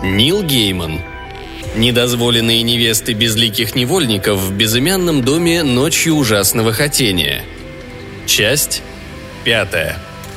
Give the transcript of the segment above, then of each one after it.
Нил Гейман. Недозволенные невесты безликих невольников в безымянном доме ночью ужасного хотения. Часть 5.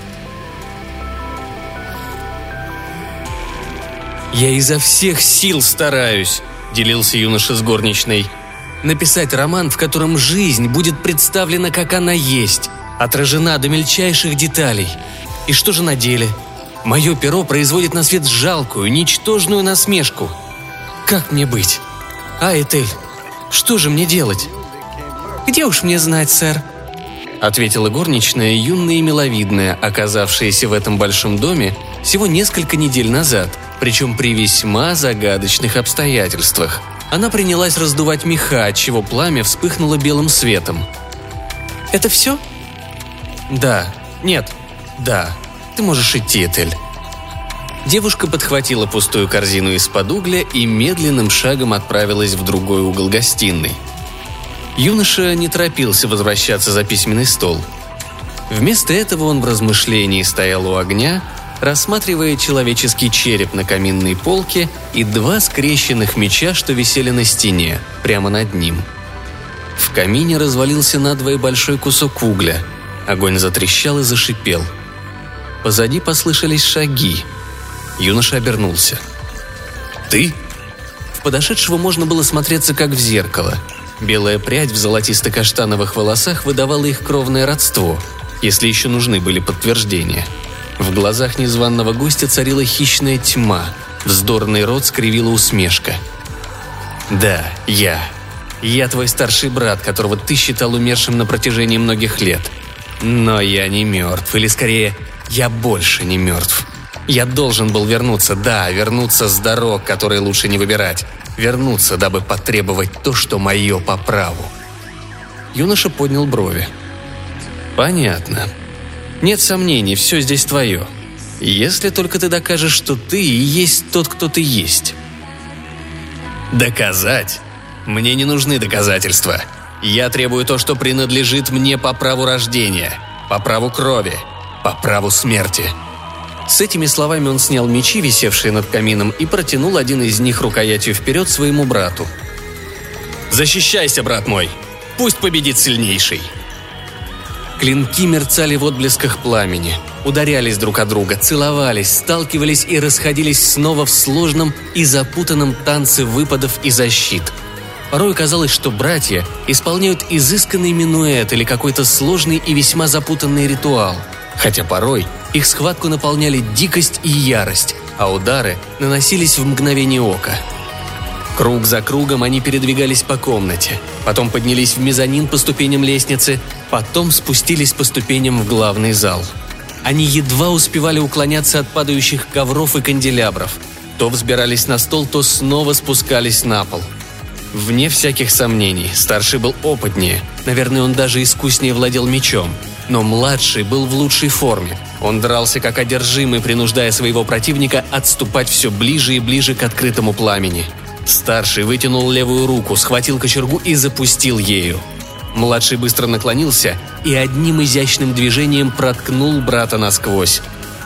«Я изо всех сил стараюсь», – делился юноша с горничной, – «написать роман, в котором жизнь будет представлена, как она есть, отражена до мельчайших деталей. И что же на деле? Мое перо производит на свет жалкую, ничтожную насмешку. Как мне быть? А, Этель, что же мне делать?» «Где уж мне знать, сэр?» – ответила горничная, юная и миловидная, оказавшаяся в этом большом доме всего несколько недель назад, причем при весьма загадочных обстоятельствах. Она принялась раздувать меха, отчего пламя вспыхнуло белым светом. «Это все?» «Да. Нет. Да. Ты можешь идти, Этель». Девушка подхватила пустую корзину из-под угля и медленным шагом отправилась в другой угол гостиной. Юноша не торопился возвращаться за письменный стол. Вместо этого он в размышлении стоял у огня, рассматривая человеческий череп на каминной полке и 2 скрещенных меча, что висели на стене, прямо над ним. В камине развалился надвое большой кусок угля. Огонь затрещал и зашипел. Позади послышались шаги. Юноша обернулся. «Ты?» В подошедшего можно было смотреться, как в зеркало. Белая прядь в золотисто-каштановых волосах выдавала их кровное родство, если еще нужны были подтверждения. В глазах незваного гостя царила хищная тьма, вздорный рот скривила усмешка. «Да, я. Я твой старший брат, которого ты считал умершим на протяжении многих лет. Но я не мертв, или скорее, я больше не мертв. Я должен был вернуться, да, вернуться с дорог, которые лучше не выбирать. Вернуться, дабы потребовать то, что мое по праву». Юноша поднял брови. «Понятно. Нет сомнений, все здесь твое. Если только ты докажешь, что ты и есть тот, кто ты есть». «Доказать? Мне не нужны доказательства. Я требую то, что принадлежит мне по праву рождения, по праву крови, по праву смерти». С этими словами он снял мечи, висевшие над камином, и протянул один из них рукоятью вперед своему брату. «Защищайся, брат мой! Пусть победит сильнейший!» Клинки мерцали в отблесках пламени, ударялись друг о друга, целовались, сталкивались и расходились снова в сложном и запутанном танце выпадов и защит. Порой казалось, что братья исполняют изысканный минуэт или какой-то сложный и весьма запутанный ритуал, хотя порой их схватку наполняли дикость и ярость, а удары наносились в мгновение ока. Круг за кругом они передвигались по комнате, потом поднялись в мезонин по ступеням лестницы, потом спустились по ступеням в главный зал. Они едва успевали уклоняться от падающих ковров и канделябров. То взбирались на стол, то снова спускались на пол. Вне всяких сомнений, старший был опытнее, наверное, он даже искуснее владел мечом. Но младший был в лучшей форме. Он дрался как одержимый, принуждая своего противника отступать все ближе и ближе к открытому пламени. Старший вытянул левую руку, схватил кочергу и запустил ею. Младший быстро наклонился и одним изящным движением проткнул брата насквозь.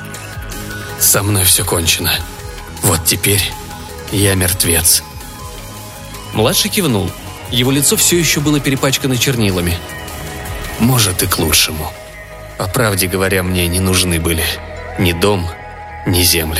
«Со мной все кончено. Вот теперь я мертвец». Младший кивнул. Его лицо все еще было перепачкано чернилами. «Может, и к лучшему. По правде говоря, мне не нужны были ни дом, ни земли.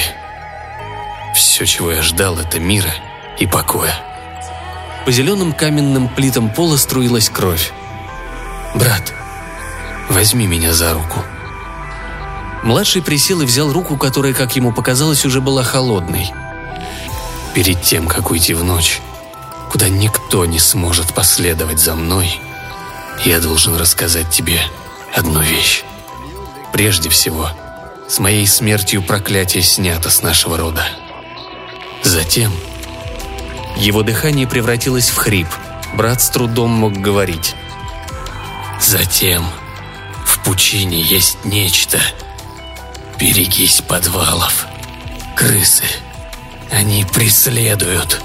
Все, чего я ждал, это мира и покоя». По зеленым каменным плитам пола струилась кровь. «Брат, возьми меня за руку». Младший присел и взял руку, которая, как ему показалось, уже была холодной. «Перед тем, как уйти в ночь, куда никто не сможет последовать за мной, я должен рассказать тебе одну вещь. Прежде всего, с моей смертью проклятие снято с нашего рода. Затем...» Его дыхание превратилось в хрип. Брат с трудом мог говорить. «Затем в пучине есть нечто. Берегись подвалов. Крысы. Они преследуют».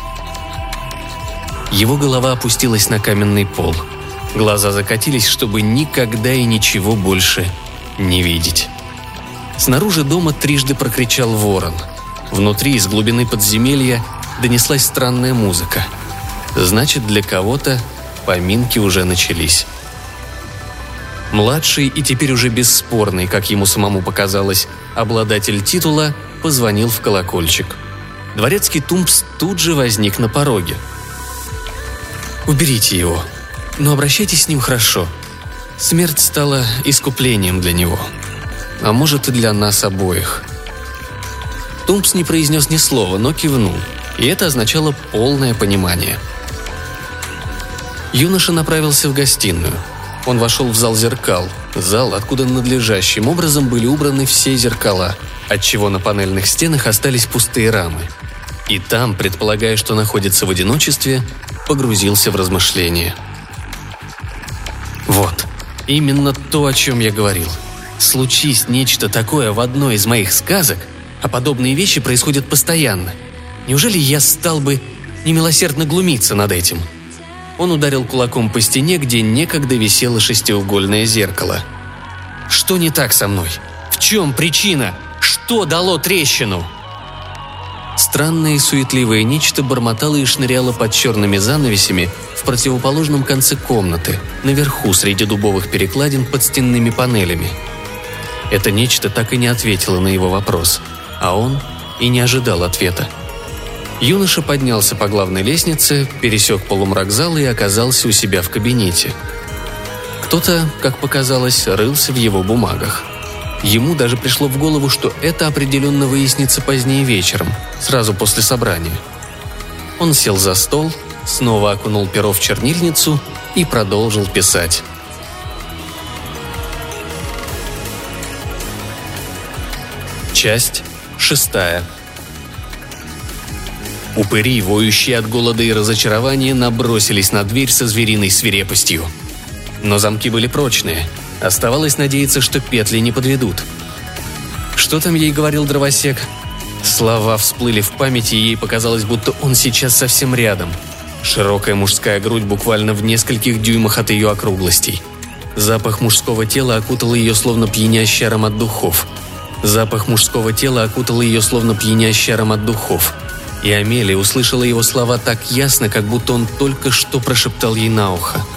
Его голова опустилась на каменный пол. Глаза закатились, чтобы никогда и ничего больше не видеть. Снаружи дома трижды прокричал ворон. Внутри, из глубины подземелья, донеслась странная музыка. Значит, для кого-то поминки уже начались. Младший и теперь уже бесспорный, как ему самому показалось, обладатель титула позвонил в колокольчик. Дворецкий Тумпс тут же возник на пороге. «Уберите его, но обращайтесь с ним хорошо. Смерть стала искуплением для него. А может, и для нас обоих». Тумпс не произнес ни слова, но кивнул, и это означало полное понимание. Юноша направился в гостиную. Он вошел в зал зеркал, зал, откуда надлежащим образом были убраны все зеркала, отчего на панельных стенах остались пустые рамы. И там, предполагая, что находится в одиночестве, погрузился в размышления. Вот, именно то, о чем я говорил. Случись нечто такое в одной из моих сказок, а подобные вещи происходят постоянно. Неужели я стал бы немилосердно глумиться над этим? Он ударил кулаком по стене, где некогда висело шестиугольное зеркало. Что не так со мной? В чем причина? Что дало трещину? Странное и суетливое нечто бормотало и шныряло под черными занавесями в противоположном конце комнаты, наверху среди дубовых перекладин под стенными панелями. Это нечто так и не ответило на его вопрос, а он и не ожидал ответа. Юноша поднялся по главной лестнице, пересек полумрак зала и оказался у себя в кабинете. Кто-то, как показалось, рылся в его бумагах. Ему даже пришло в голову, что это определенно выяснится позднее вечером, сразу после собрания. Он сел за стол, снова окунул перо в чернильницу и продолжил писать. Часть 6. Упыри, воющие от голода и разочарования, набросились на дверь со звериной свирепостью. Но замки были прочные. Оставалось надеяться, что петли не подведут. Что там ей говорил дровосек? Слова всплыли в памяти, и ей показалось, будто он сейчас совсем рядом. Широкая мужская грудь буквально в нескольких дюймах от ее округлостей. Запах мужского тела окутал ее, словно пьянящий аромат духов. Запах мужского тела окутал ее, словно пьянящий аромат духов. И Амелия услышала его слова так ясно, как будто он только что прошептал ей на ухо.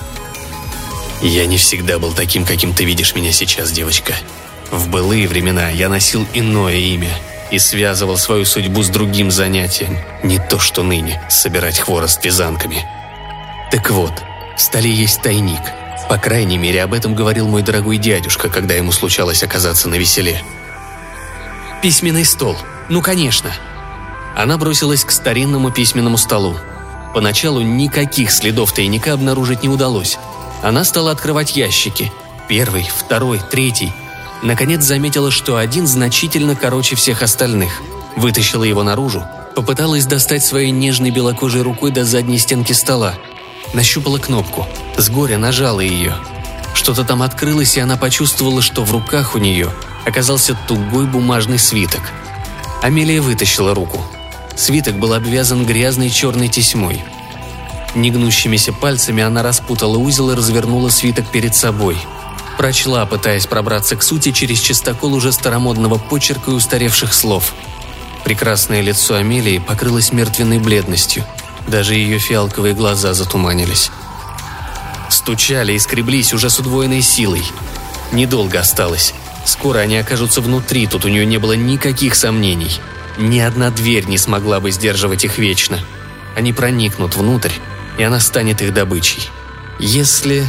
«Я не всегда был таким, каким ты видишь меня сейчас, девочка. В былые времена я носил иное имя и связывал свою судьбу с другим занятием, не то что ныне собирать хворост вязанками. Так вот, в столе есть тайник. По крайней мере, об этом говорил мой дорогой дядюшка, когда ему случалось оказаться на веселе. Письменный стол. Ну, конечно». Она бросилась к старинному письменному столу. Поначалу никаких следов тайника обнаружить не удалось. Она стала открывать ящики. Первый, второй, третий. Наконец заметила, что один значительно короче всех остальных. Вытащила его наружу, попыталась достать своей нежной белокожей рукой до задней стенки стола. Нащупала кнопку, с горя нажала ее. Что-то там открылось, и она почувствовала, что в руках у нее оказался тугой бумажный свиток. Амелия вытащила руку. Свиток был обвязан грязной черной тесьмой. Негнущимися пальцами она распутала узел и развернула свиток перед собой. Прочла, пытаясь пробраться к сути через чистокол уже старомодного почерка и устаревших слов. Прекрасное лицо Амелии покрылось мертвенной бледностью. Даже ее фиалковые глаза затуманились. Стучали и скреблись уже с удвоенной силой. Недолго осталось. Скоро они окажутся внутри, тут у нее не было никаких сомнений. Ни одна дверь не смогла бы сдерживать их вечно. Они проникнут внутрь, и она станет их добычей. Если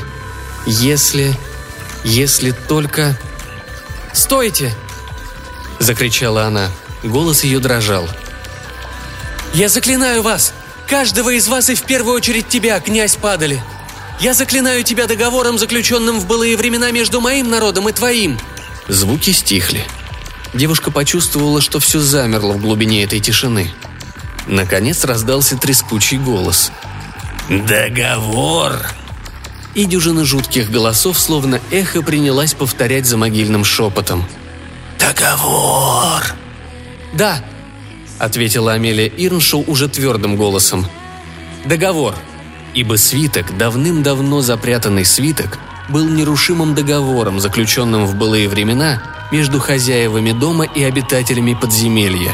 только... «Стойте!» – закричала она. Голос ее дрожал. «Я заклинаю вас! Каждого из вас и в первую очередь тебя, князь Падали! Я заклинаю тебя договором, заключенным в былые времена между моим народом и твоим!» Звуки стихли. Девушка почувствовала, что все замерло в глубине этой тишины. Наконец раздался трескучий голос. «Договор!» И дюжина жутких голосов, словно эхо, принялась повторять за могильным шепотом. «Договор!» «Да!» – ответила Амелия Ирншоу уже твердым голосом. «Договор!» Ибо свиток, давным-давно запрятанный свиток, был нерушимым договором, заключенным в былые времена между хозяевами дома и обитателями подземелья.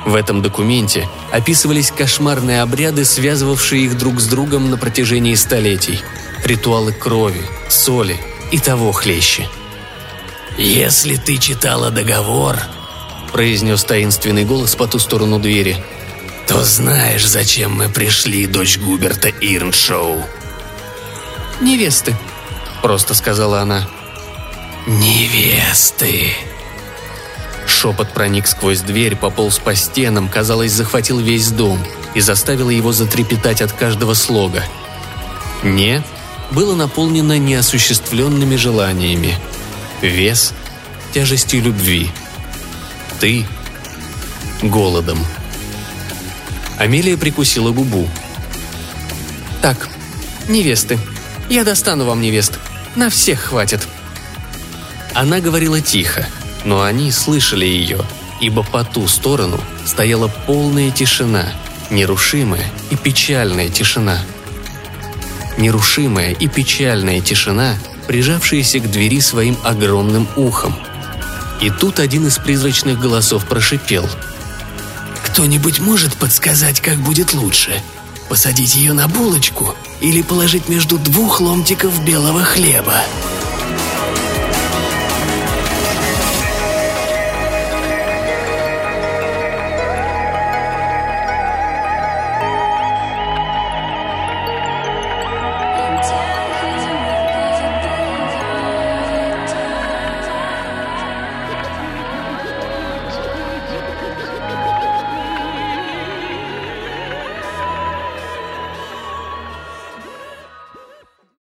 В этом документе описывались кошмарные обряды, связывавшие их друг с другом на протяжении столетий. Ритуалы крови, соли и того хлеще. «Если ты читала договор», – произнес таинственный голос по ту сторону двери, – «то знаешь, зачем мы пришли, дочь Губерта Ирншоу». «Невесты», – просто сказала она. «Невесты». Шепот проник сквозь дверь, пополз по стенам, казалось, захватил весь дом и заставил его затрепетать от каждого слога. «Не» было наполнено неосуществленными желаниями. «Вес» – тяжестью любви. «Ты» – голодом. Амелия прикусила губу. «Так, невесты. Я достану вам невест. На всех хватит». Она говорила тихо, но они слышали ее, ибо по ту сторону стояла полная тишина, нерушимая и печальная тишина. Нерушимая и печальная тишина, прижавшаяся к двери своим огромным ухом. И тут один из призрачных голосов прошипел. «Кто-нибудь может подсказать, как будет лучше? Посадить ее на булочку или положить между двух ломтиков белого хлеба?»